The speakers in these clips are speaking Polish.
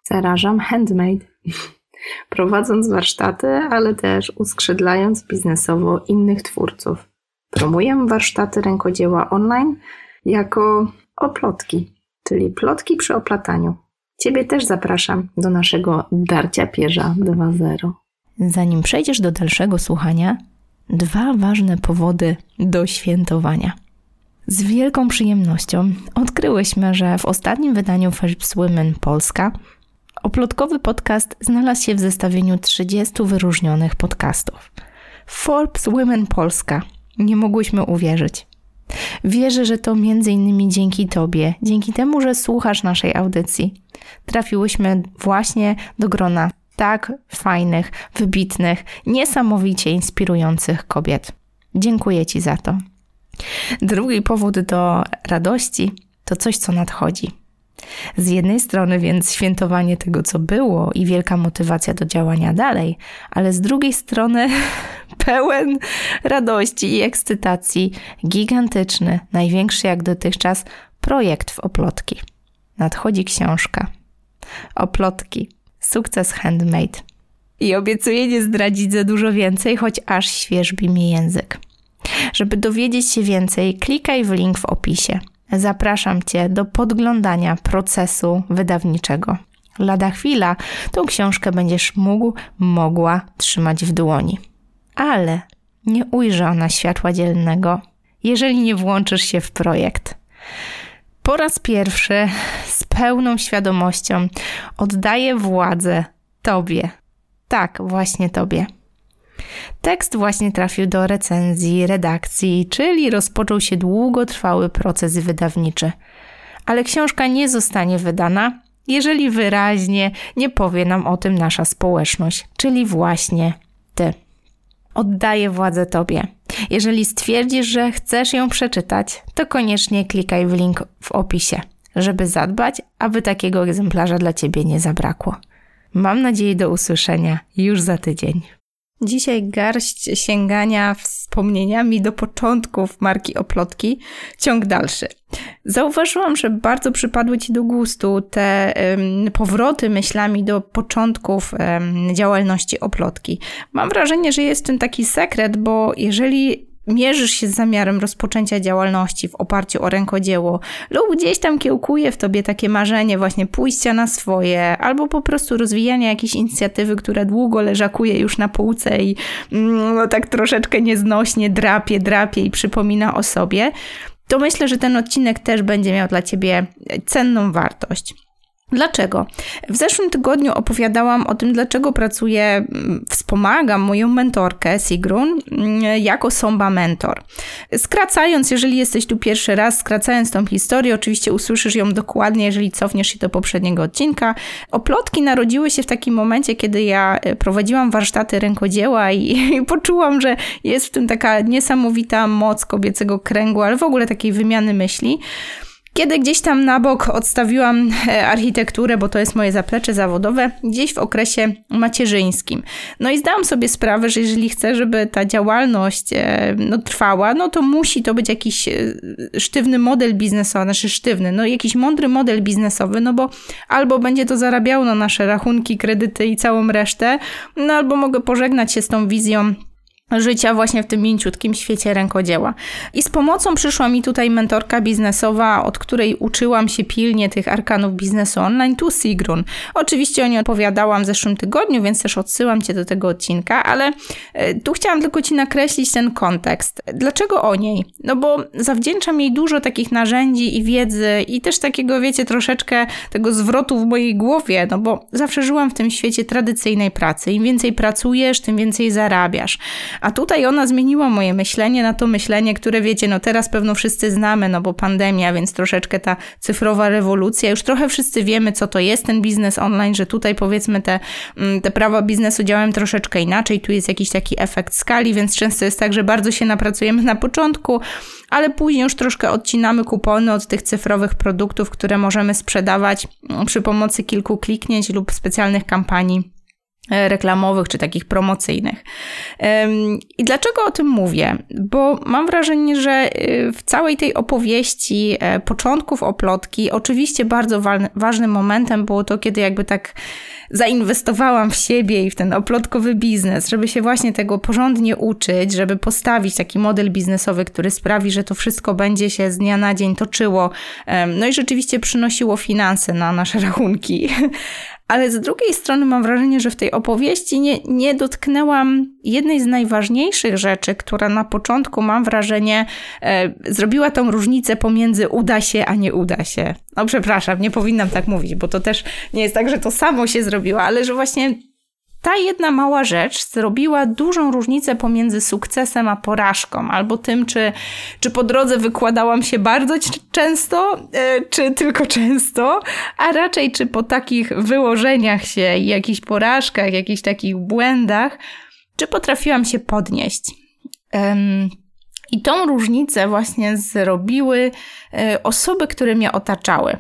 Zarażam handmade, prowadząc warsztaty, ale też uskrzydlając biznesowo innych twórców. Promuję warsztaty rękodzieła online jako oplotki, czyli plotki przy oplataniu. Ciebie też zapraszam do naszego Darcia Pierza 2.0. Zanim przejdziesz do dalszego słuchania, 2 ważne powody do świętowania. Z wielką przyjemnością odkryłyśmy, że w ostatnim wydaniu Forbes Women Polska oplotkowy podcast znalazł się w zestawieniu 30 wyróżnionych podcastów. Forbes Women Polska. Nie mogłyśmy uwierzyć. Wierzę, że to m.in. dzięki Tobie, dzięki temu, że słuchasz naszej audycji, trafiłyśmy właśnie do grona tak fajnych, wybitnych, niesamowicie inspirujących kobiet. Dziękuję Ci za to. Drugi powód do radości to coś, co nadchodzi. Z jednej strony więc świętowanie tego, co było i wielka motywacja do działania dalej, ale z drugiej strony pełen radości i ekscytacji, gigantyczny, największy jak dotychczas projekt w Oplotki. Nadchodzi książka. Oplotki. Sukces handmade. I obiecuję nie zdradzić za dużo więcej, choć aż świerzbi mi język. Żeby dowiedzieć się więcej, klikaj w link w opisie. Zapraszam Cię do podglądania procesu wydawniczego. Lada chwila tą książkę będziesz mogła trzymać w dłoni. Ale nie ujrzy ona światła dziennego, jeżeli nie włączysz się w projekt. Po raz pierwszy z pełną świadomością oddaję władzę Tobie. Tak, właśnie Tobie. Tekst właśnie trafił do recenzji, redakcji, czyli rozpoczął się długotrwały proces wydawniczy. Ale książka nie zostanie wydana, jeżeli wyraźnie nie powie nam o tym nasza społeczność, czyli właśnie Ty. Oddaję władzę Tobie. Jeżeli stwierdzisz, że chcesz ją przeczytać, to koniecznie klikaj w link w opisie, żeby zadbać, aby takiego egzemplarza dla Ciebie nie zabrakło. Mam nadzieję do usłyszenia już za tydzień. Dzisiaj garść sięgania wspomnieniami do początków marki Oplotki, ciąg dalszy. Zauważyłam, że bardzo przypadły Ci do gustu te powroty myślami do początków działalności Oplotki. Mam wrażenie, że jest w tym taki sekret, bo jeżeli mierzysz się z zamiarem rozpoczęcia działalności w oparciu o rękodzieło lub gdzieś tam kiełkuje w Tobie takie marzenie właśnie pójścia na swoje albo po prostu rozwijania jakiejś inicjatywy, która długo leżakuje już na półce i tak troszeczkę nieznośnie drapie i przypomina o sobie, to myślę, że ten odcinek też będzie miał dla Ciebie cenną wartość. Dlaczego? W zeszłym tygodniu opowiadałam o tym, dlaczego wspomagam moją mentorkę Sigrun jako Somba Mentor. Skracając, jeżeli jesteś tu pierwszy raz, skracając tą historię, oczywiście usłyszysz ją dokładnie, jeżeli cofniesz się do poprzedniego odcinka. Oplotki narodziły się w takim momencie, kiedy ja prowadziłam warsztaty rękodzieła i poczułam, że jest w tym taka niesamowita moc kobiecego kręgu, ale w ogóle takiej wymiany myśli. Kiedy gdzieś tam na bok odstawiłam architekturę, bo to jest moje zaplecze zawodowe, gdzieś w okresie macierzyńskim. No i zdałam sobie sprawę, że jeżeli chcę, żeby ta działalność trwała, no to musi to być jakiś sztywny model biznesowy, jakiś mądry model biznesowy, no bo albo będzie to zarabiało na nasze rachunki, kredyty i całą resztę, no albo mogę pożegnać się z tą wizją życia właśnie w tym mięciutkim świecie rękodzieła. I z pomocą przyszła mi tutaj mentorka biznesowa, od której uczyłam się pilnie tych arkanów biznesu online, tu Sigrun. Oczywiście o niej opowiadałam w zeszłym tygodniu, więc też odsyłam Cię do tego odcinka, ale tu chciałam tylko Ci nakreślić ten kontekst. Dlaczego o niej? No bo zawdzięczam jej dużo takich narzędzi i wiedzy i też takiego, wiecie, troszeczkę tego zwrotu w mojej głowie, no bo zawsze żyłam w tym świecie tradycyjnej pracy. Im więcej pracujesz, tym więcej zarabiasz. A tutaj ona zmieniła moje myślenie na to myślenie, które wiecie, no teraz pewno wszyscy znamy, no bo pandemia, więc troszeczkę ta cyfrowa rewolucja. Już trochę wszyscy wiemy, co to jest ten biznes online, że tutaj powiedzmy te prawa biznesu działają troszeczkę inaczej. Tu jest jakiś taki efekt skali, więc często jest tak, że bardzo się napracujemy na początku, ale później już troszkę odcinamy kupony od tych cyfrowych produktów, które możemy sprzedawać przy pomocy kilku kliknięć lub specjalnych kampanii reklamowych czy takich promocyjnych. I dlaczego o tym mówię? Bo mam wrażenie, że w całej tej opowieści początków Oplotki oczywiście bardzo ważnym momentem było to, kiedy jakby tak zainwestowałam w siebie i w ten oplotkowy biznes, żeby się właśnie tego porządnie uczyć, żeby postawić taki model biznesowy, który sprawi, że to wszystko będzie się z dnia na dzień toczyło, no i rzeczywiście przynosiło finanse na nasze rachunki. Ale z drugiej strony mam wrażenie, że w tej opowieści nie dotknęłam jednej z najważniejszych rzeczy, która na początku, mam wrażenie, zrobiła tą różnicę pomiędzy uda się, a nie uda się. No przepraszam, nie powinnam tak mówić, bo to też nie jest tak, że to samo się zrobiło, ale że właśnie ta jedna mała rzecz zrobiła dużą różnicę pomiędzy sukcesem a porażką, albo tym, czy po drodze wykładałam się bardzo często, czy tylko często, a raczej czy po takich wyłożeniach się i jakichś porażkach, jakichś takich błędach, czy potrafiłam się podnieść. I tą różnicę właśnie zrobiły osoby, które mnie otaczały.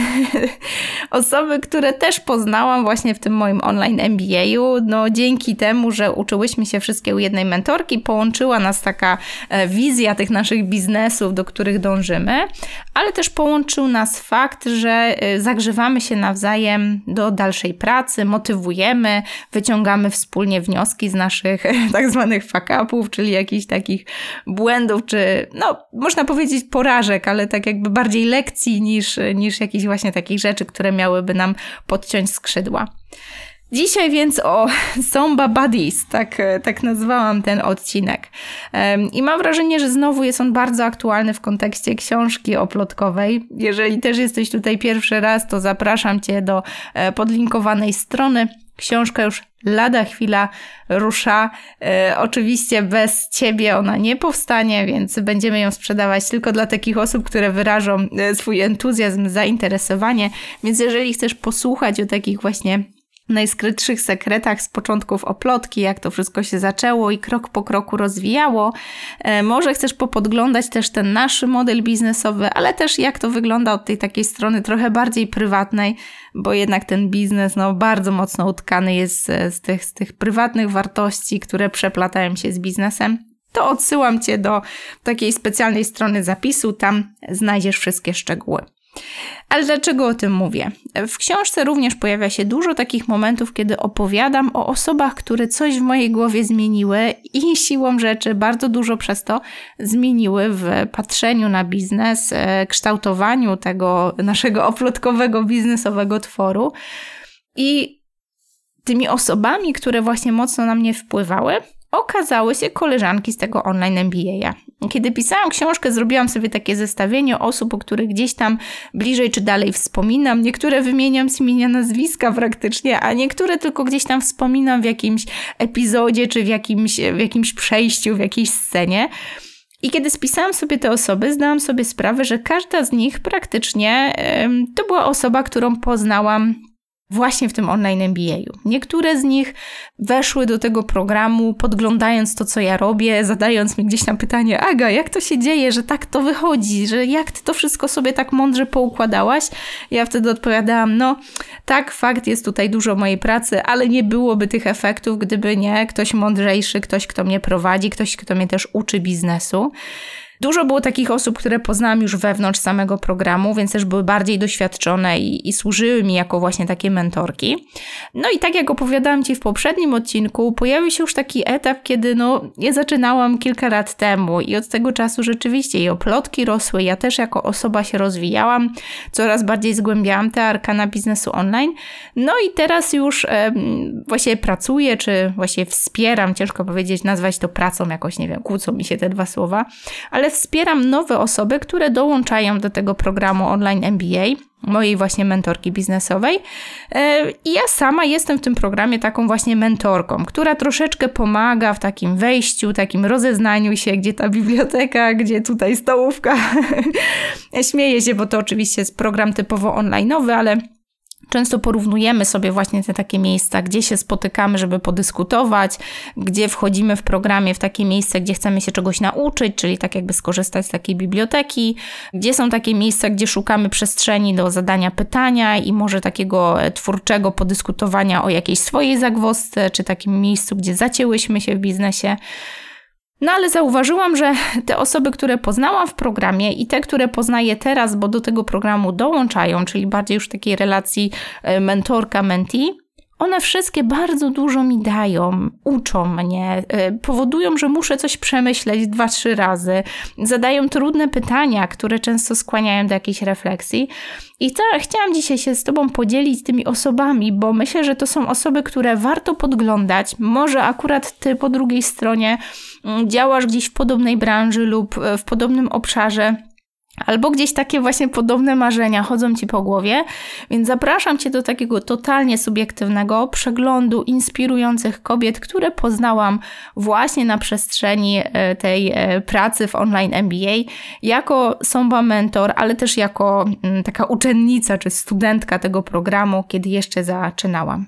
Osoby, które też poznałam właśnie w tym moim online MBA-u. No, dzięki temu, że uczyłyśmy się wszystkie u jednej mentorki, połączyła nas taka wizja tych naszych biznesów, do których dążymy, ale też połączył nas fakt, że zagrzewamy się nawzajem do dalszej pracy, motywujemy, wyciągamy wspólnie wnioski z naszych tak zwanych fuck-upów, czyli jakichś takich błędów, czy no, można powiedzieć porażek, ale tak jakby bardziej lekcji niż jakichś właśnie takich rzeczy, które miałyby nam podciąć skrzydła. Dzisiaj więc o Zomba Buddies, tak nazwałam ten odcinek. I mam wrażenie, że znowu jest on bardzo aktualny w kontekście książki oplotkowej. Jeżeli też jesteś tutaj pierwszy raz, to zapraszam Cię do podlinkowanej strony. Książka już lada chwila rusza. Oczywiście bez Ciebie ona nie powstanie, więc będziemy ją sprzedawać tylko dla takich osób, które wyrażą swój entuzjazm, zainteresowanie. Więc jeżeli chcesz posłuchać o takich właśnie najskrytszych sekretach z początków Oplotki, jak to wszystko się zaczęło i krok po kroku rozwijało. Może chcesz popodglądać też ten nasz model biznesowy, ale też jak to wygląda od tej takiej strony trochę bardziej prywatnej, bo jednak ten biznes bardzo mocno utkany jest z tych prywatnych wartości, które przeplatają się z biznesem. To odsyłam Cię do takiej specjalnej strony zapisu, tam znajdziesz wszystkie szczegóły. Ale dlaczego o tym mówię? W książce również pojawia się dużo takich momentów, kiedy opowiadam o osobach, które coś w mojej głowie zmieniły i siłą rzeczy bardzo dużo przez to zmieniły w patrzeniu na biznes, kształtowaniu tego naszego oplotkowego biznesowego tworu. I tymi osobami, które właśnie mocno na mnie wpływały, okazały się koleżanki z tego online MBA. Kiedy pisałam książkę, zrobiłam sobie takie zestawienie osób, o których gdzieś tam bliżej czy dalej wspominam. Niektóre wymieniam z imienia nazwiska praktycznie, a niektóre tylko gdzieś tam wspominam w jakimś epizodzie, czy w jakimś przejściu, w jakiejś scenie. I kiedy spisałam sobie te osoby, zdałam sobie sprawę, że każda z nich praktycznie to była osoba, którą poznałam właśnie w tym online MBA-u. Niektóre z nich weszły do tego programu, podglądając to, co ja robię, zadając mi gdzieś tam pytanie: Aga, jak to się dzieje, że tak to wychodzi, że jak ty to wszystko sobie tak mądrze poukładałaś? Ja wtedy odpowiadałam: no tak, fakt, jest tutaj dużo mojej pracy, ale nie byłoby tych efektów, gdyby nie ktoś mądrzejszy, ktoś, kto mnie prowadzi, ktoś, kto mnie też uczy biznesu. Dużo było takich osób, które poznałam już wewnątrz samego programu, więc też były bardziej doświadczone i służyły mi jako właśnie takie mentorki. No i tak jak opowiadałam Ci w poprzednim odcinku, pojawił się już taki etap, kiedy ja zaczynałam kilka lat temu i od tego czasu rzeczywiście i oplotki rosły, ja też jako osoba się rozwijałam, coraz bardziej zgłębiałam te arkana biznesu online. No i teraz już właśnie pracuję, czy właśnie wspieram, ciężko powiedzieć, nazwać to pracą jakoś, nie wiem, kłócą mi się te dwa słowa, ale wspieram nowe osoby, które dołączają do tego programu online MBA, mojej właśnie mentorki biznesowej. I ja sama jestem w tym programie taką właśnie mentorką, która troszeczkę pomaga w takim wejściu, takim rozeznaniu się, gdzie ta biblioteka, gdzie tutaj stołówka. Śmieję się, bo to oczywiście jest program typowo online'owy, ale Często porównujemy sobie właśnie te takie miejsca, gdzie się spotykamy, żeby podyskutować, gdzie wchodzimy w programie w takie miejsce, gdzie chcemy się czegoś nauczyć, czyli tak jakby skorzystać z takiej biblioteki, gdzie są takie miejsca, gdzie szukamy przestrzeni do zadania pytania i może takiego twórczego podyskutowania o jakiejś swojej zagwozdce, czy takim miejscu, gdzie zacięłyśmy się w biznesie. No ale zauważyłam, że te osoby, które poznałam w programie i te, które poznaję teraz, bo do tego programu dołączają, czyli bardziej już takiej relacji mentorka-mentee, one wszystkie bardzo dużo mi dają, uczą mnie, powodują, że muszę coś przemyśleć 2-3 razy, zadają trudne pytania, które często skłaniają do jakiejś refleksji. I chciałam dzisiaj się z Tobą podzielić tymi osobami, bo myślę, że to są osoby, które warto podglądać. Może akurat Ty po drugiej stronie działasz gdzieś w podobnej branży lub w podobnym obszarze, albo gdzieś takie właśnie podobne marzenia chodzą Ci po głowie, więc zapraszam Cię do takiego totalnie subiektywnego przeglądu inspirujących kobiet, które poznałam właśnie na przestrzeni tej pracy w online MBA, jako Somba mentor, ale też jako taka uczennica czy studentka tego programu, kiedy jeszcze zaczynałam.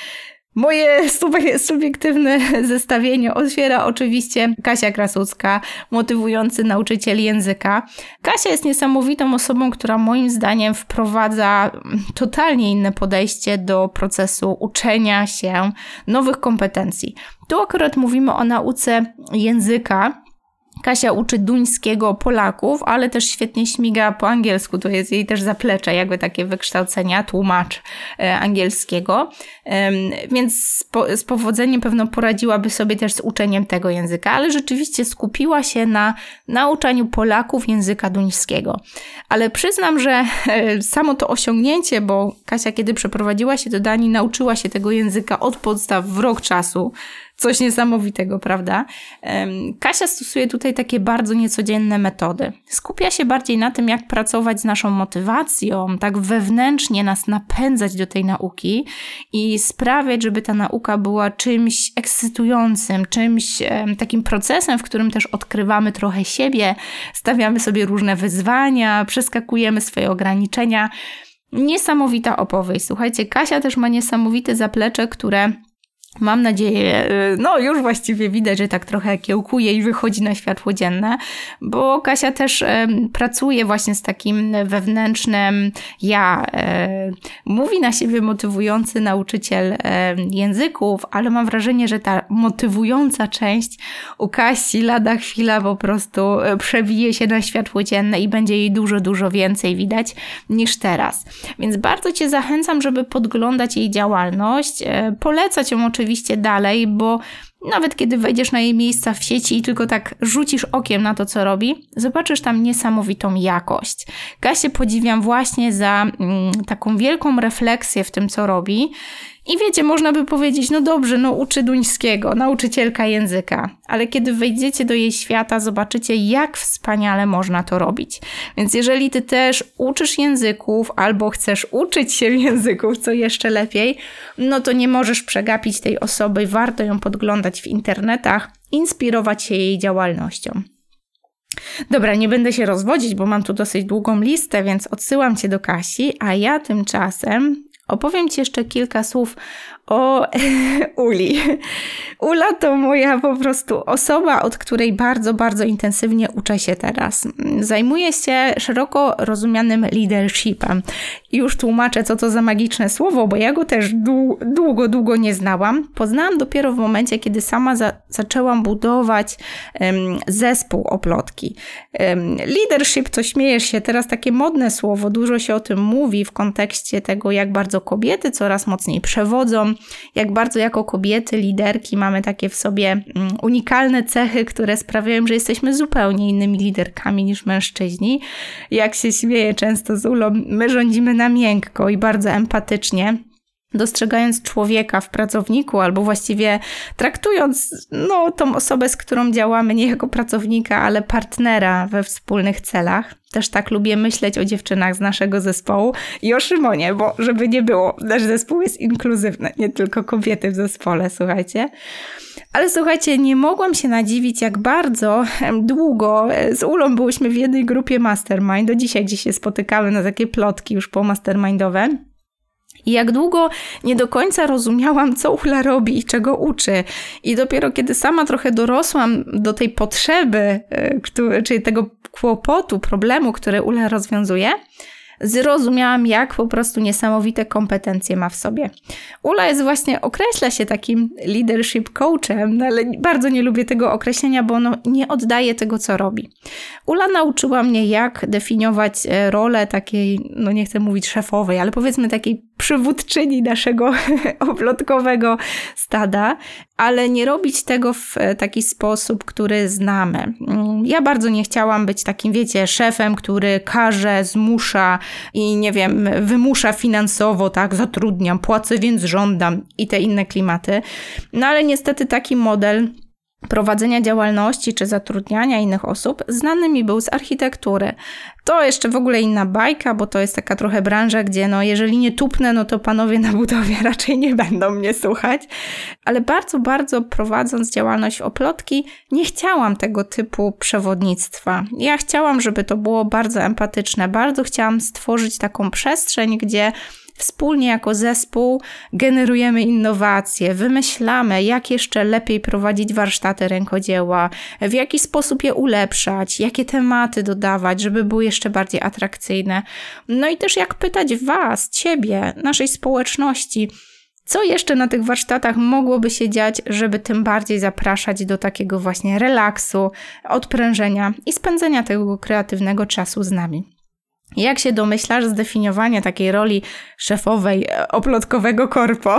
Moje subiektywne zestawienie otwiera oczywiście Kasia Krasucka, motywujący nauczyciel języka. Kasia jest niesamowitą osobą, która moim zdaniem wprowadza totalnie inne podejście do procesu uczenia się nowych kompetencji. Tu akurat mówimy o nauce języka. Kasia uczy duńskiego Polaków, ale też świetnie śmiga po angielsku, to jest jej też zaplecze, jakby takie wykształcenia, tłumacz angielskiego, więc z powodzeniem pewno poradziłaby sobie też z uczeniem tego języka, ale rzeczywiście skupiła się na nauczaniu Polaków języka duńskiego. Ale przyznam, że samo to osiągnięcie, bo Kasia kiedy przeprowadziła się do Danii, nauczyła się tego języka od podstaw w rok czasu, coś niesamowitego, prawda? Kasia stosuje tutaj takie bardzo niecodzienne metody. Skupia się bardziej na tym, jak pracować z naszą motywacją, tak wewnętrznie nas napędzać do tej nauki i sprawiać, żeby ta nauka była czymś ekscytującym, czymś takim procesem, w którym też odkrywamy trochę siebie, stawiamy sobie różne wyzwania, przeskakujemy swoje ograniczenia. Niesamowita opowieść. Słuchajcie, Kasia też ma niesamowite zaplecze, które mam nadzieję, już właściwie widać, że tak trochę kiełkuje i wychodzi na światło dzienne, bo Kasia też pracuje właśnie z takim wewnętrznym ja. Mówi na siebie motywujący nauczyciel języków, ale mam wrażenie, że ta motywująca część u Kasi lada chwila po prostu przebije się na światło dzienne i będzie jej dużo, dużo więcej widać niż teraz. Więc bardzo Cię zachęcam, żeby podglądać jej działalność, polecać ją oczywiście dalej, bo nawet kiedy wejdziesz na jej miejsca w sieci i tylko tak rzucisz okiem na to, co robi, zobaczysz tam niesamowitą jakość. Kasię podziwiam właśnie za taką wielką refleksję w tym, co robi. I wiecie, można by powiedzieć, no dobrze, uczy duńskiego, nauczycielka języka, ale kiedy wejdziecie do jej świata, zobaczycie, jak wspaniale można to robić. Więc jeżeli Ty też uczysz języków albo chcesz uczyć się języków, co jeszcze lepiej, no to nie możesz przegapić tej osoby, warto ją podglądać w internetach, inspirować się jej działalnością. Dobra, nie będę się rozwodzić, bo mam tu dosyć długą listę, więc odsyłam Cię do Kasi, a ja tymczasem opowiem Ci jeszcze kilka słów o Uli. Ula to moja po prostu osoba, od której bardzo, bardzo intensywnie uczę się teraz. Zajmuję się szeroko rozumianym leadershipem. I już tłumaczę, co to za magiczne słowo, bo ja go też długo nie znałam. Poznałam dopiero w momencie, kiedy sama zaczęłam budować zespół Oplotki. Leadership, to śmiejesz się, teraz takie modne słowo, dużo się o tym mówi w kontekście tego, jak bardzo kobiety coraz mocniej przewodzą, jak bardzo jako kobiety, liderki mamy takie w sobie unikalne cechy, które sprawiają, że jesteśmy zupełnie innymi liderkami niż mężczyźni. Jak się śmieję często z Ulą, my rządzimy na miękko i bardzo empatycznie, dostrzegając człowieka w pracowniku albo właściwie traktując tą osobę, z którą działamy nie jako pracownika, ale partnera we wspólnych celach. Też tak lubię myśleć o dziewczynach z naszego zespołu i o Szymonie, bo żeby nie było, nasz zespół jest inkluzywny, nie tylko kobiety w zespole, słuchajcie. Ale słuchajcie, nie mogłam się nadziwić, jak bardzo długo z Ulą byłyśmy w jednej grupie mastermind, do dzisiaj gdzieś się spotykamy na takie plotki już pomastermindowe. I jak długo nie do końca rozumiałam, co Ula robi i czego uczy. I dopiero kiedy sama trochę dorosłam do tej potrzeby, czyli tego kłopotu, problemu, który Ula rozwiązuje, zrozumiałam, jak po prostu niesamowite kompetencje ma w sobie. Ula określa się takim leadership coachem, ale bardzo nie lubię tego określenia, bo ono nie oddaje tego, co robi. Ula nauczyła mnie, jak definiować rolę takiej, nie chcę mówić szefowej, ale powiedzmy takiej przywódczyni naszego oplotkowego stada, ale nie robić tego w taki sposób, który znamy. Ja bardzo nie chciałam być takim, szefem, który każe, zmusza i wymusza finansowo, tak, zatrudniam, płacę, więc żądam i te inne klimaty. Ale niestety taki model prowadzenia działalności czy zatrudniania innych osób znany mi był z architektury. To jeszcze w ogóle inna bajka, bo to jest taka trochę branża, gdzie jeżeli nie tupnę, to panowie na budowie raczej nie będą mnie słuchać. Ale bardzo, bardzo prowadząc działalność w Oplotki, nie chciałam tego typu przewodnictwa. Ja chciałam, żeby to było bardzo empatyczne. Bardzo chciałam stworzyć taką przestrzeń, gdzie wspólnie jako zespół generujemy innowacje, wymyślamy, jak jeszcze lepiej prowadzić warsztaty rękodzieła, w jaki sposób je ulepszać, jakie tematy dodawać, żeby były jeszcze bardziej atrakcyjne. I też jak pytać was, ciebie, naszej społeczności, co jeszcze na tych warsztatach mogłoby się dziać, żeby tym bardziej zapraszać do takiego właśnie relaksu, odprężenia i spędzenia tego kreatywnego czasu z nami. Jak się domyślasz, zdefiniowanie takiej roli szefowej oplotkowego korpo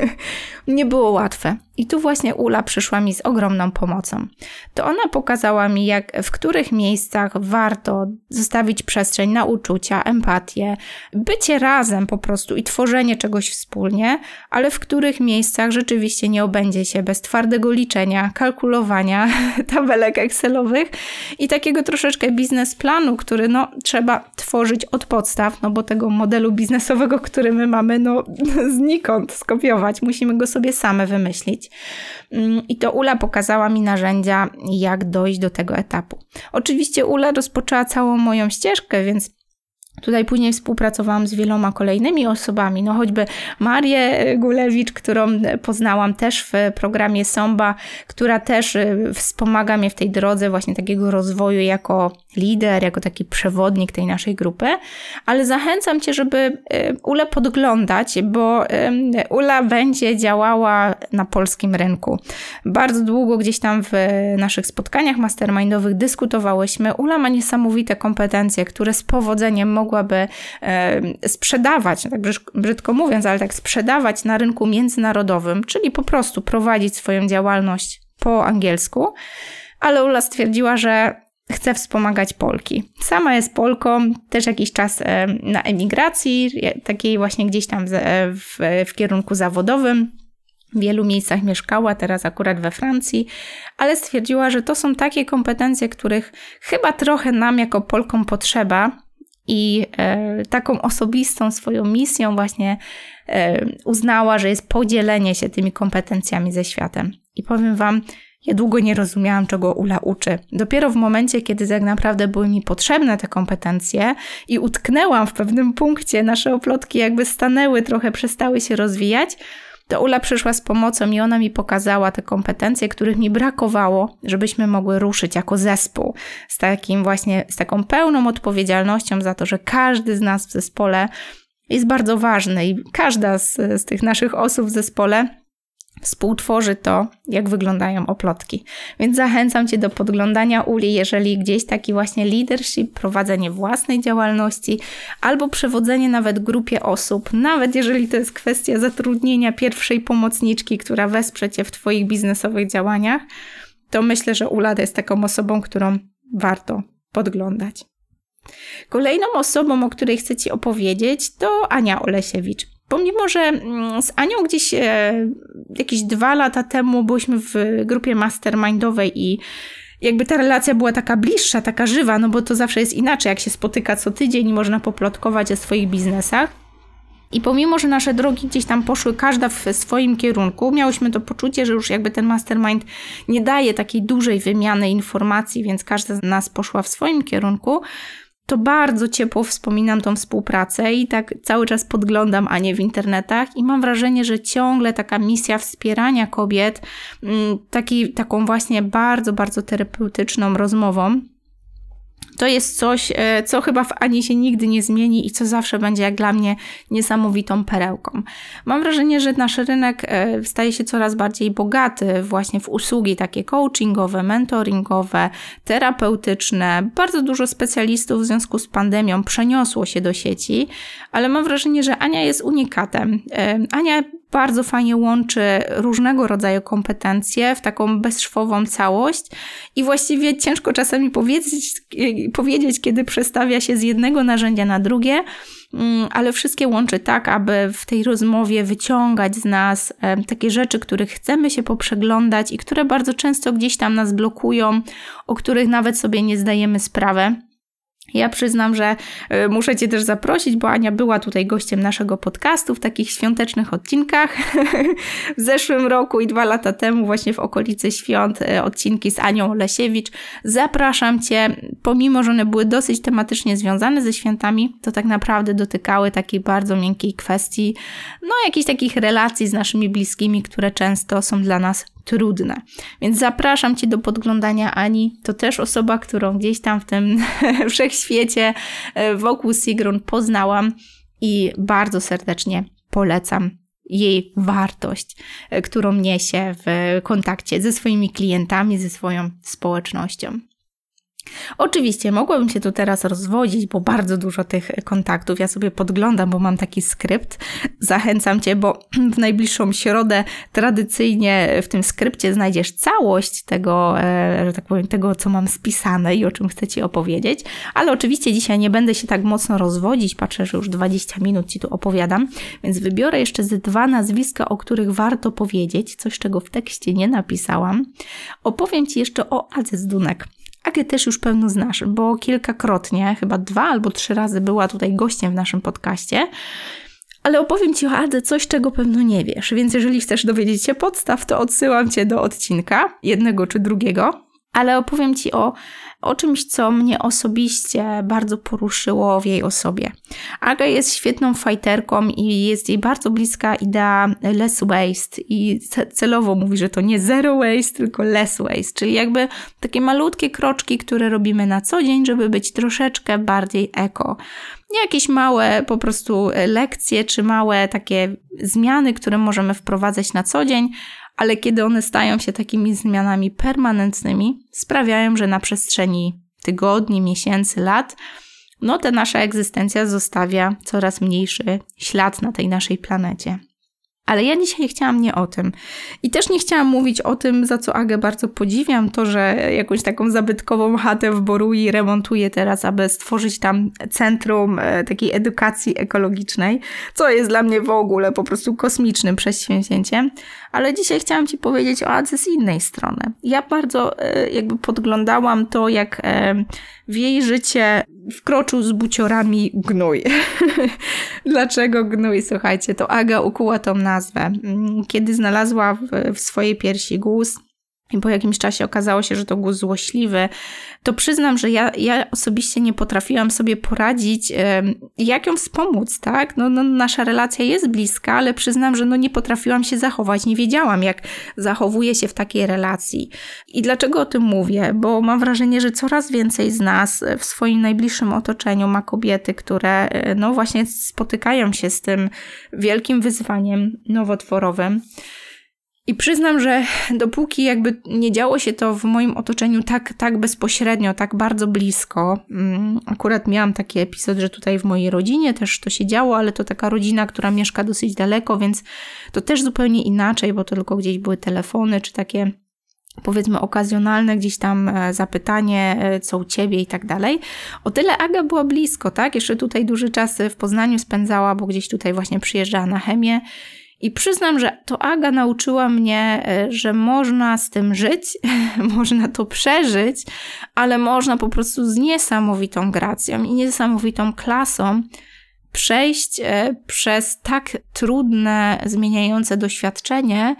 nie było łatwe. I tu właśnie Ula przyszła mi z ogromną pomocą. To ona pokazała mi, w których miejscach warto zostawić przestrzeń na uczucia, empatię, bycie razem po prostu i tworzenie czegoś wspólnie, ale w których miejscach rzeczywiście nie obędzie się bez twardego liczenia, kalkulowania, tabelek Excelowych i takiego troszeczkę biznesplanu, który trzeba tworzyć od podstaw, bo tego modelu biznesowego, który my mamy, znikąd skopiować. Musimy go sobie same wymyślić. I to Ula pokazała mi narzędzia, jak dojść do tego etapu. Oczywiście Ula rozpoczęła całą moją ścieżkę, więc tutaj później współpracowałam z wieloma kolejnymi osobami, choćby Marię Gulewicz, którą poznałam też w programie Somba, która też wspomaga mnie w tej drodze właśnie takiego rozwoju jako lider, jako taki przewodnik tej naszej grupy, ale zachęcam Cię, żeby Ulę podglądać, bo Ula będzie działała na polskim rynku. Bardzo długo gdzieś tam w naszych spotkaniach mastermindowych dyskutowałyśmy. Ula ma niesamowite kompetencje, które z powodzeniem mogłaby sprzedawać, tak brzydko mówiąc, ale tak sprzedawać na rynku międzynarodowym, czyli po prostu prowadzić swoją działalność po angielsku, ale Ula stwierdziła, że chce wspomagać Polki. Sama jest Polką, też jakiś czas na emigracji, takiej właśnie gdzieś tam w kierunku zawodowym. W wielu miejscach mieszkała, teraz akurat we Francji, ale stwierdziła, że to są takie kompetencje, których chyba trochę nam jako Polkom potrzeba i taką osobistą swoją misją właśnie uznała, że jest podzielenie się tymi kompetencjami ze światem. I powiem Wam, ja długo nie rozumiałam, czego Ula uczy. Dopiero w momencie, kiedy tak naprawdę były mi potrzebne te kompetencje i utknęłam w pewnym punkcie, nasze oplotki jakby stanęły, trochę przestały się rozwijać, to Ula przyszła z pomocą i ona mi pokazała te kompetencje, których mi brakowało, żebyśmy mogły ruszyć jako zespół. Z taką pełną odpowiedzialnością za to, że każdy z nas w zespole jest bardzo ważny i każda z tych naszych osób w zespole współtworzy to, jak wyglądają oplotki. Więc zachęcam Cię do podglądania Uli, jeżeli gdzieś taki właśnie leadership, prowadzenie własnej działalności albo przewodzenie nawet grupie osób, nawet jeżeli to jest kwestia zatrudnienia pierwszej pomocniczki, która wesprze Cię w Twoich biznesowych działaniach, to myślę, że Ula jest taką osobą, którą warto podglądać. Kolejną osobą, o której chcę Ci opowiedzieć, to Ania Olesiewicz. Pomimo, że z Anią gdzieś jakieś 2 lata temu byliśmy w grupie mastermindowej i jakby ta relacja była taka bliższa, taka żywa, bo to zawsze jest inaczej, jak się spotyka co tydzień i można poplotkować o swoich biznesach. I pomimo, że nasze drogi gdzieś tam poszły każda w swoim kierunku, miałyśmy to poczucie, że już jakby ten mastermind nie daje takiej dużej wymiany informacji, więc każda z nas poszła w swoim kierunku, to bardzo ciepło wspominam tą współpracę i tak cały czas podglądam Anię w internetach i mam wrażenie, że ciągle taka misja wspierania kobiet, taką właśnie bardzo, bardzo terapeutyczną rozmową, to jest coś, co chyba w Ani się nigdy nie zmieni i co zawsze będzie jak dla mnie niesamowitą perełką. Mam wrażenie, że nasz rynek staje się coraz bardziej bogaty właśnie w usługi takie coachingowe, mentoringowe, terapeutyczne. Bardzo dużo specjalistów w związku z pandemią przeniosło się do sieci, ale mam wrażenie, że Ania jest unikatem. Ania bardzo fajnie łączy różnego rodzaju kompetencje w taką bezszwową całość i właściwie ciężko czasami powiedzieć, kiedy przestawia się z jednego narzędzia na drugie, ale wszystkie łączy tak, aby w tej rozmowie wyciągać z nas takie rzeczy, których chcemy się poprzeglądać i które bardzo często gdzieś tam nas blokują, o których nawet sobie nie zdajemy sprawy. Ja przyznam, że muszę Cię też zaprosić, bo Ania była tutaj gościem naszego podcastu w takich świątecznych odcinkach w zeszłym roku i 2 lata temu, właśnie w okolicy świąt, odcinki z Anią Lesiewicz. Zapraszam Cię, pomimo że one były dosyć tematycznie związane ze świętami, to tak naprawdę dotykały takiej bardzo miękkiej kwestii, jakichś takich relacji z naszymi bliskimi, które często są dla nas trudne. Więc zapraszam Cię do podglądania Ani. To też osoba, którą gdzieś tam w tym wszechświecie wokół Sigrun poznałam i bardzo serdecznie polecam jej wartość, którą niesie w kontakcie ze swoimi klientami, ze swoją społecznością. Oczywiście mogłabym się tu teraz rozwodzić, bo bardzo dużo tych kontaktów ja sobie podglądam, bo mam taki skrypt. Zachęcam Cię, bo w najbliższą środę tradycyjnie w tym skrypcie znajdziesz całość tego, że tak powiem, tego, co mam spisane i o czym chcę Ci opowiedzieć. Ale oczywiście dzisiaj nie będę się tak mocno rozwodzić. Patrzę, że już 20 minut Ci tu opowiadam, więc wybiorę jeszcze ze 2 nazwiska, o których warto powiedzieć, coś, czego w tekście nie napisałam. Opowiem Ci jeszcze o Adze Zdunek. Agę też już pewno znasz, bo kilkakrotnie, chyba 2 albo 3 razy była tutaj gościem w naszym podcaście, ale opowiem Ci o Adze coś, czego pewno nie wiesz, więc jeżeli chcesz dowiedzieć się podstaw, to odsyłam Cię do odcinka, jednego czy drugiego, ale opowiem Ci o czymś, co mnie osobiście bardzo poruszyło w jej osobie. Aga jest świetną fajterką i jest jej bardzo bliska idea less waste i celowo mówi, że to nie zero waste, tylko less waste, czyli jakby takie malutkie kroczki, które robimy na co dzień, żeby być troszeczkę bardziej eko. Nie jakieś małe po prostu lekcje, czy małe takie zmiany, które możemy wprowadzać na co dzień, ale kiedy one stają się takimi zmianami permanentnymi, sprawiają, że na przestrzeni tygodni, miesięcy, lat, ta nasza egzystencja zostawia coraz mniejszy ślad na tej naszej planecie. Ale ja dzisiaj chciałam nie o tym. I też nie chciałam mówić o tym, za co Agę bardzo podziwiam, to, że jakąś taką zabytkową chatę w Borui remontuje teraz, aby stworzyć tam centrum takiej edukacji ekologicznej, co jest dla mnie w ogóle po prostu kosmicznym przedsięwzięciem. Ale dzisiaj chciałam Ci powiedzieć o Adze z innej strony. Ja bardzo jakby podglądałam to, jak w jej życie wkroczył z buciorami gnój. Dlaczego gnój? Słuchajcie, to Aga ukuła tą nazwę. Kiedy znalazła w swojej piersi guz i po jakimś czasie okazało się, że to guz złośliwy, to przyznam, że ja osobiście nie potrafiłam sobie poradzić, jak ją wspomóc, tak? Nasza relacja jest bliska, ale przyznam, że nie potrafiłam się zachować, nie wiedziałam, jak zachowuję się w takiej relacji. I dlaczego o tym mówię? Bo mam wrażenie, że coraz więcej z nas w swoim najbliższym otoczeniu ma kobiety, które właśnie spotykają się z tym wielkim wyzwaniem nowotworowym. I przyznam, że dopóki jakby nie działo się to w moim otoczeniu tak bezpośrednio, tak bardzo blisko, akurat miałam taki epizod, że tutaj w mojej rodzinie też to się działo, ale to taka rodzina, która mieszka dosyć daleko, więc to też zupełnie inaczej, bo to tylko gdzieś były telefony, czy takie powiedzmy okazjonalne gdzieś tam zapytanie, co u Ciebie i tak dalej. O tyle Aga była blisko, tak? Jeszcze tutaj duży czas w Poznaniu spędzała, bo gdzieś tutaj właśnie przyjeżdżała na chemię. I przyznam, że to Aga nauczyła mnie, że można z tym żyć, można to przeżyć, ale można po prostu z niesamowitą gracją i niesamowitą klasą przejść przez tak trudne, zmieniające doświadczenie,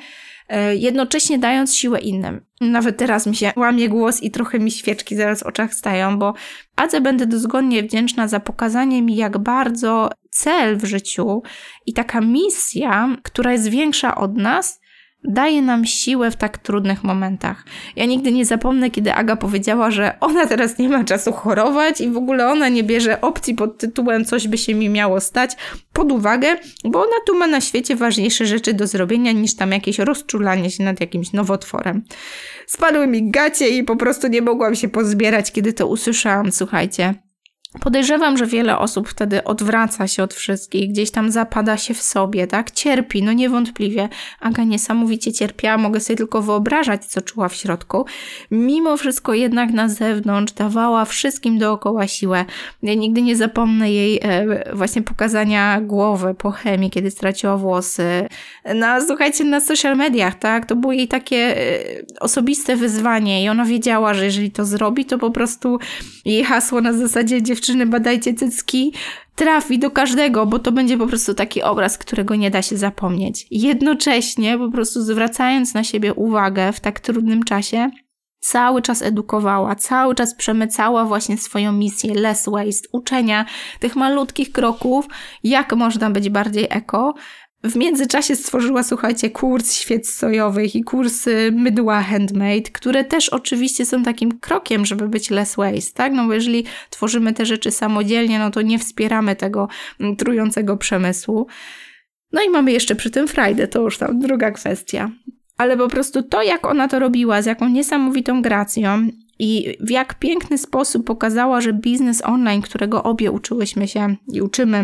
jednocześnie dając siłę innym. Nawet teraz mi się łamie głos i trochę mi świeczki zaraz w oczach stają, bo Adze będę dozgodnie wdzięczna za pokazanie mi, jak bardzo cel w życiu i taka misja, która jest większa od nas, daje nam siłę w tak trudnych momentach. Ja nigdy nie zapomnę, kiedy Aga powiedziała, że ona teraz nie ma czasu chorować i w ogóle ona nie bierze opcji pod tytułem coś by się mi miało stać pod uwagę, bo ona tu ma na świecie ważniejsze rzeczy do zrobienia niż tam jakieś rozczulanie się nad jakimś nowotworem. Spadły mi gacie i po prostu nie mogłam się pozbierać, kiedy to usłyszałam. Słuchajcie, podejrzewam, że wiele osób wtedy odwraca się od wszystkich, gdzieś tam zapada się w sobie, tak? Cierpi, no niewątpliwie. Aga niesamowicie cierpiała, mogę sobie tylko wyobrażać, co czuła w środku. Mimo wszystko jednak na zewnątrz dawała wszystkim dookoła siłę. Ja nigdy nie zapomnę jej właśnie pokazania głowy po chemii, kiedy straciła włosy. Słuchajcie, na social mediach, tak? To było jej takie osobiste wyzwanie i ona wiedziała, że jeżeli to zrobi, to po prostu jej hasło na zasadzie dziewczyny, badajcie cycki, trafi do każdego, bo to będzie po prostu taki obraz, którego nie da się zapomnieć. Jednocześnie po prostu zwracając na siebie uwagę w tak trudnym czasie, cały czas edukowała, cały czas przemycała właśnie swoją misję less waste, uczenia tych malutkich kroków, jak można być bardziej eko. W międzyczasie stworzyła, słuchajcie, kurs świec sojowych i kursy mydła handmade, które też oczywiście są takim krokiem, żeby być less waste, tak? No bo jeżeli tworzymy te rzeczy samodzielnie, no to nie wspieramy tego trującego przemysłu. No i mamy jeszcze przy tym frajdę, to już tam druga kwestia. Ale po prostu to, jak ona to robiła, z jaką niesamowitą gracją i w jak piękny sposób pokazała, że biznes online, którego obie uczyłyśmy się i uczymy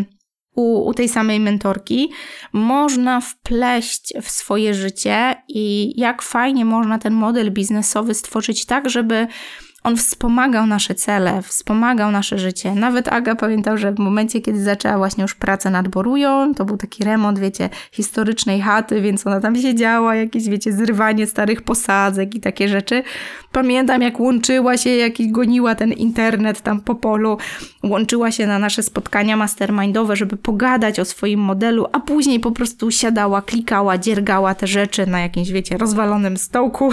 u tej samej mentorki, można wpleść w swoje życie i jak fajnie można ten model biznesowy stworzyć tak, żeby on wspomagał nasze cele, wspomagał nasze życie. Nawet Aga pamiętał, że w momencie, kiedy zaczęła właśnie już pracę nad Borują, to był taki remont, wiecie, historycznej chaty, więc ona tam siedziała, jakieś, wiecie, zrywanie starych posadzek i takie rzeczy. Pamiętam, jak łączyła się, jak goniła ten internet tam po polu, łączyła się na nasze spotkania mastermindowe, żeby pogadać o swoim modelu, a później po prostu siadała, klikała, dziergała te rzeczy na jakimś, wiecie, rozwalonym stołku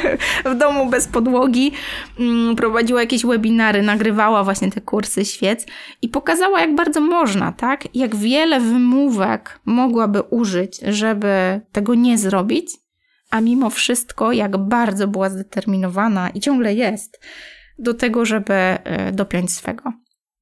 w domu bez podłogi. Prowadziła jakieś webinary, nagrywała właśnie te kursy świec i pokazała, jak bardzo można, tak? Jak wiele wymówek mogłaby użyć, żeby tego nie zrobić, a mimo wszystko, jak bardzo była zdeterminowana i ciągle jest do tego, żeby dopiąć swego.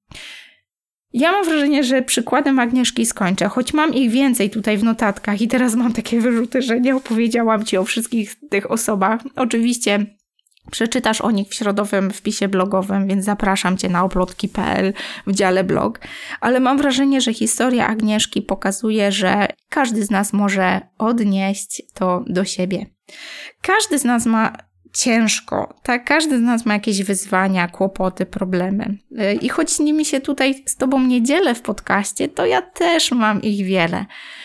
Ja mam wrażenie, że przykładem Agnieszki skończę, choć mam ich więcej tutaj w notatkach i teraz mam takie wyrzuty, że nie opowiedziałam Ci o wszystkich tych osobach. Oczywiście przeczytasz o nich w środowym wpisie blogowym, więc zapraszam Cię na oplotki.pl w dziale blog. Ale mam wrażenie, że historia Agnieszki pokazuje, że każdy z nas może odnieść to do siebie. Każdy z nas ma ciężko, tak? Każdy z nas ma jakieś wyzwania, kłopoty, problemy. I choć z nimi się tutaj z Tobą nie dzielę w podcaście, to ja też mam ich wiele.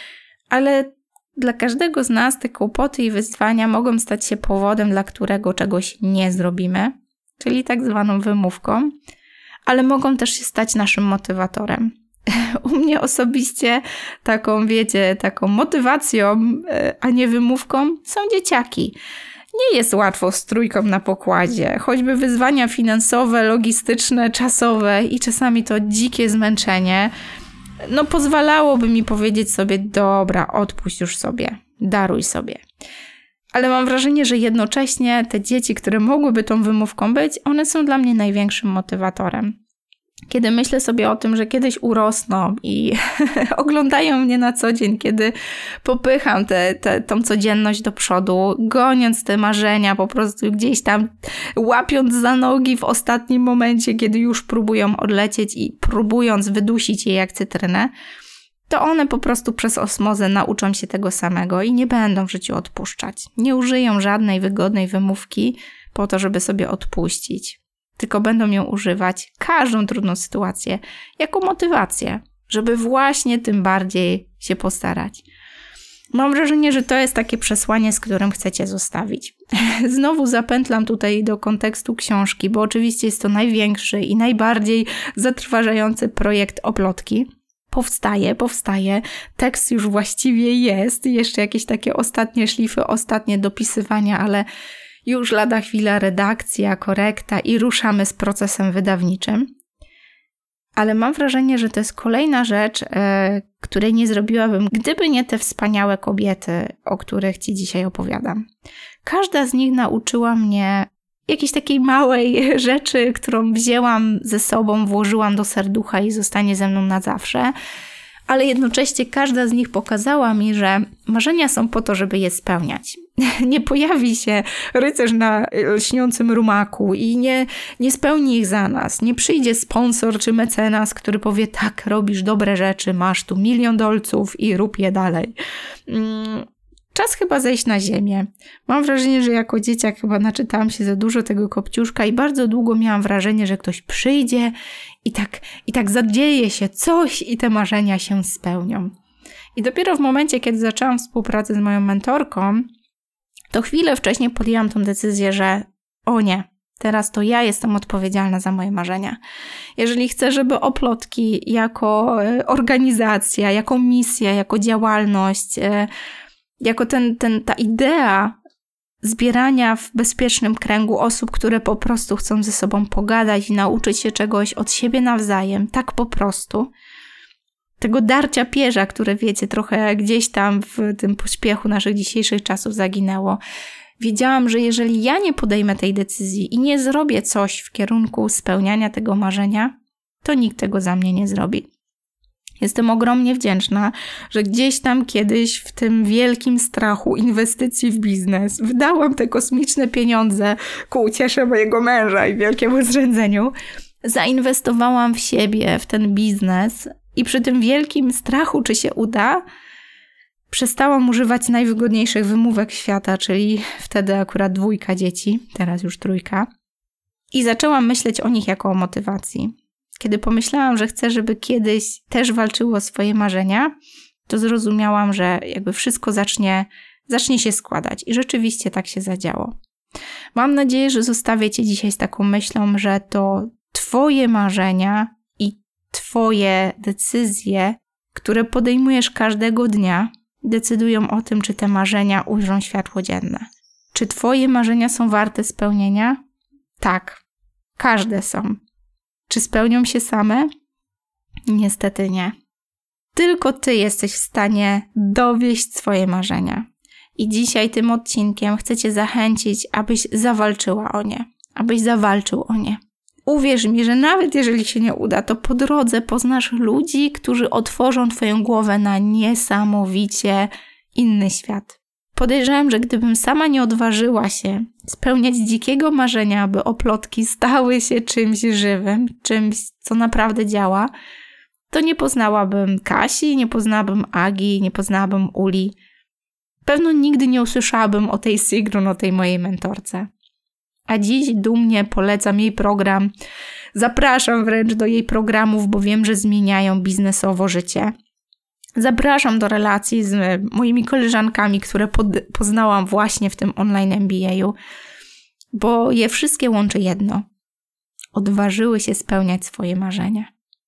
Ale dla każdego z nas te kłopoty i wyzwania mogą stać się powodem, dla którego czegoś nie zrobimy, czyli tak zwaną wymówką, ale mogą też się stać naszym motywatorem. U mnie osobiście taką, wiecie, taką motywacją, a nie wymówką są dzieciaki. Nie jest łatwo z trójką na pokładzie, choćby wyzwania finansowe, logistyczne, czasowe i czasami to dzikie zmęczenie, no pozwalałoby mi powiedzieć sobie, dobra, odpuść już sobie, daruj sobie. Ale mam wrażenie, że jednocześnie te dzieci, które mogłyby tą wymówką być, one są dla mnie największym motywatorem. Kiedy myślę sobie o tym, że kiedyś urosną i oglądają mnie na co dzień, kiedy popycham tą codzienność do przodu, goniąc te marzenia, po prostu gdzieś tam łapiąc za nogi w ostatnim momencie, kiedy już próbują odlecieć i próbując wydusić je jak cytrynę, to one po prostu przez osmozę nauczą się tego samego i nie będą w życiu odpuszczać. Nie użyją żadnej wygodnej wymówki po to, żeby sobie odpuścić. Tylko będą ją używać każdą trudną sytuację jako motywację, żeby właśnie tym bardziej się postarać. Mam wrażenie, że to jest takie przesłanie, z którym chcecie zostawić. Znowu zapętlam tutaj do kontekstu książki, bo oczywiście jest to największy i najbardziej zatrważający projekt Oplotki. powstaje, tekst już właściwie jest, jeszcze jakieś takie ostatnie szlify, ostatnie dopisywania, ale już lada chwila redakcja, korekta i ruszamy z procesem wydawniczym. Ale mam wrażenie, że to jest kolejna rzecz, której nie zrobiłabym, gdyby nie te wspaniałe kobiety, o których Ci dzisiaj opowiadam. Każda z nich nauczyła mnie jakiejś takiej małej rzeczy, którą wzięłam ze sobą, włożyłam do serducha i zostanie ze mną na zawsze. Ale jednocześnie każda z nich pokazała mi, że marzenia są po to, żeby je spełniać. Nie pojawi się rycerz na lśniącym rumaku i nie spełni ich za nas. Nie przyjdzie sponsor czy mecenas, który powie: tak, robisz dobre rzeczy, masz tu $1 000 000 i rób je dalej. Czas chyba zejść na ziemię. Mam wrażenie, że jako dzieciak chyba naczytałam się za dużo tego Kopciuszka i bardzo długo miałam wrażenie, że ktoś przyjdzie i tak zadzieje się coś i te marzenia się spełnią. I dopiero w momencie, kiedy zaczęłam współpracę z moją mentorką, to chwilę wcześniej podjęłam tą decyzję, że o nie, teraz to ja jestem odpowiedzialna za moje marzenia. Jeżeli chcę, żeby Oplotki jako organizacja, jako misja, jako działalność, jako ta idea zbierania w bezpiecznym kręgu osób, które po prostu chcą ze sobą pogadać i nauczyć się czegoś od siebie nawzajem, tak po prostu, tego darcia pierza, które wiecie, trochę gdzieś tam w tym pośpiechu naszych dzisiejszych czasów zaginęło. Wiedziałam, że jeżeli ja nie podejmę tej decyzji i nie zrobię coś w kierunku spełniania tego marzenia, to nikt tego za mnie nie zrobi. Jestem ogromnie wdzięczna, że gdzieś tam kiedyś w tym wielkim strachu inwestycji w biznes wydałam te kosmiczne pieniądze ku uciesze mojego męża i wielkiemu zrzędzeniu. Zainwestowałam w siebie, w ten biznes i przy tym wielkim strachu, czy się uda, przestałam używać najwygodniejszych wymówek świata, czyli wtedy akurat 2 dzieci, teraz już 3. I zaczęłam myśleć o nich jako o motywacji. Kiedy pomyślałam, że chcę, żeby kiedyś też walczyły o swoje marzenia, to zrozumiałam, że jakby wszystko zacznie się składać. I rzeczywiście tak się zadziało. Mam nadzieję, że zostawię Cię dzisiaj z taką myślą, że to Twoje marzenia i Twoje decyzje, które podejmujesz każdego dnia, decydują o tym, czy te marzenia ujrzą światło dzienne. Czy Twoje marzenia są warte spełnienia? Tak, każde są. Czy spełnią się same? Niestety nie. Tylko Ty jesteś w stanie dowieść swoje marzenia. I dzisiaj tym odcinkiem chcę Cię zachęcić, abyś zawalczyła o nie. Abyś zawalczył o nie. Uwierz mi, że nawet jeżeli się nie uda, to po drodze poznasz ludzi, którzy otworzą Twoją głowę na niesamowicie inny świat. Podejrzewam, że gdybym sama nie odważyła się spełniać dzikiego marzenia, aby Oplotki stały się czymś żywym, czymś, co naprawdę działa, to nie poznałabym Kasi, nie poznałabym Agi, nie poznałabym Uli. Pewno nigdy nie usłyszałabym o tej Sigrun, o tej mojej mentorce. A dziś dumnie polecam jej program. Zapraszam wręcz do jej programów, bo wiem, że zmieniają biznesowo życie. Zapraszam do relacji z moimi koleżankami, które poznałam właśnie w tym online MBA-u, bo je wszystkie łączy jedno. Odważyły się spełniać swoje marzenia.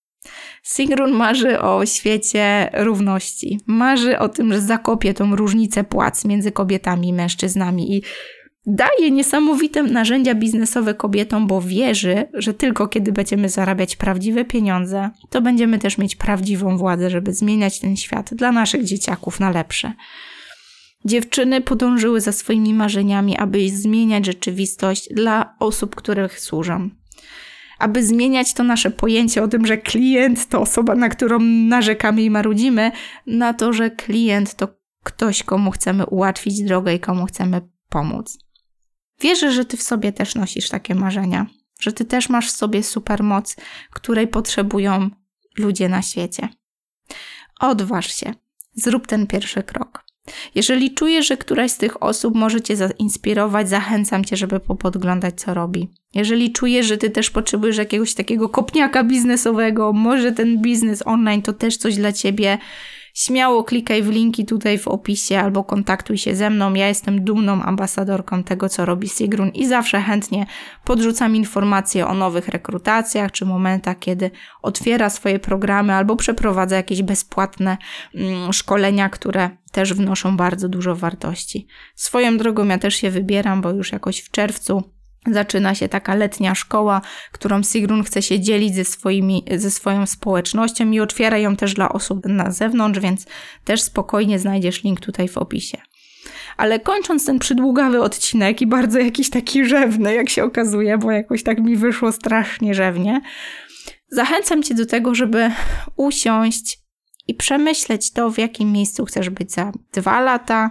Sigrun marzy o świecie równości. Marzy o tym, że zakopie tą różnicę płac między kobietami i mężczyznami i daje niesamowite narzędzia biznesowe kobietom, bo wierzy, że tylko kiedy będziemy zarabiać prawdziwe pieniądze, to będziemy też mieć prawdziwą władzę, żeby zmieniać ten świat dla naszych dzieciaków na lepsze. Dziewczyny podążyły za swoimi marzeniami, aby zmieniać rzeczywistość dla osób, których służą. Aby zmieniać to nasze pojęcie o tym, że klient to osoba, na którą narzekamy i marudzimy, na to, że klient to ktoś, komu chcemy ułatwić drogę i komu chcemy pomóc. Wierzę, że Ty w sobie też nosisz takie marzenia, że Ty też masz w sobie supermoc, której potrzebują ludzie na świecie. Odważ się, zrób ten pierwszy krok. Jeżeli czujesz, że któraś z tych osób może Cię zainspirować, zachęcam Cię, żeby popodglądać, co robi. Jeżeli czujesz, że Ty też potrzebujesz jakiegoś takiego kopniaka biznesowego, może ten biznes online to też coś dla Ciebie, śmiało klikaj w linki tutaj w opisie albo kontaktuj się ze mną. Ja jestem dumną ambasadorką tego, co robi Sigrun i zawsze chętnie podrzucam informacje o nowych rekrutacjach czy momentach, kiedy otwiera swoje programy albo przeprowadza jakieś bezpłatne szkolenia, które też wnoszą bardzo dużo wartości. Swoją drogą ja też się wybieram, bo już jakoś w czerwcu zaczyna się taka letnia szkoła, którą Sigrun chce się dzielić ze swoją społecznością i otwiera ją też dla osób na zewnątrz, więc też spokojnie znajdziesz link tutaj w opisie. Ale kończąc ten przydługawy odcinek i bardzo jakiś taki rzewny, jak się okazuje, bo jakoś tak mi wyszło strasznie rzewnie, zachęcam Cię do tego, żeby usiąść i przemyśleć to, w jakim miejscu chcesz być za 2 lata,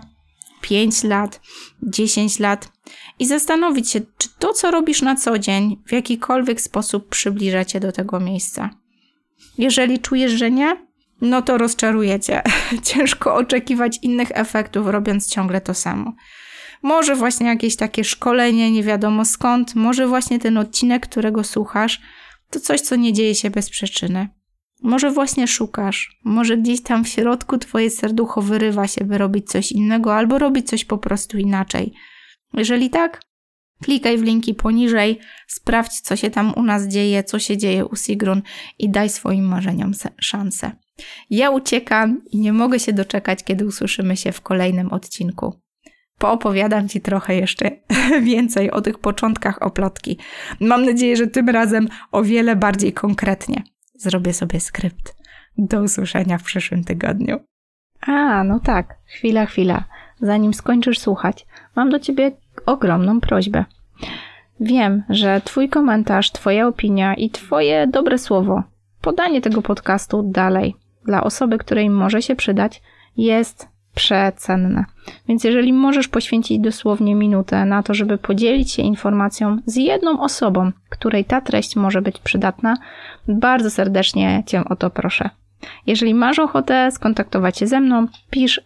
5 lat, 10 lat i zastanowić się, czy to, co robisz na co dzień, w jakikolwiek sposób przybliża Cię do tego miejsca. Jeżeli czujesz, że nie, no to rozczaruje Cię. Ciężko oczekiwać innych efektów, robiąc ciągle to samo. Może właśnie jakieś takie szkolenie, nie wiadomo skąd, może właśnie ten odcinek, którego słuchasz, to coś, co nie dzieje się bez przyczyny. Może właśnie szukasz, może gdzieś tam w środku twoje serducho wyrywa się, by robić coś innego albo robić coś po prostu inaczej. Jeżeli tak, klikaj w linki poniżej, sprawdź, co się tam u nas dzieje, co się dzieje u Sigrun i daj swoim marzeniom szansę. Ja uciekam i nie mogę się doczekać, kiedy usłyszymy się w kolejnym odcinku. Poopowiadam Ci trochę jeszcze więcej o tych początkach Oplotki. Mam nadzieję, że tym razem o wiele bardziej konkretnie. Zrobię sobie skrypt. Do usłyszenia w przyszłym tygodniu. No tak. Chwila. Zanim skończysz słuchać, mam do Ciebie ogromną prośbę. Wiem, że Twój komentarz, Twoja opinia i Twoje dobre słowo, podanie tego podcastu dalej dla osoby, której może się przydać, jest przecenne. Więc jeżeli możesz poświęcić dosłownie minutę na to, żeby podzielić się informacją z jedną osobą, której ta treść może być przydatna, bardzo serdecznie Cię o to proszę. Jeżeli masz ochotę skontaktować się ze mną, pisz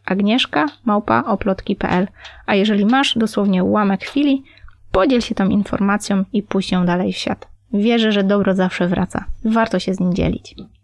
agnieszka@oplotki.pl, a jeżeli masz dosłownie ułamek chwili, podziel się tą informacją i puść ją dalej w świat. Wierzę, że dobro zawsze wraca. Warto się z nim dzielić.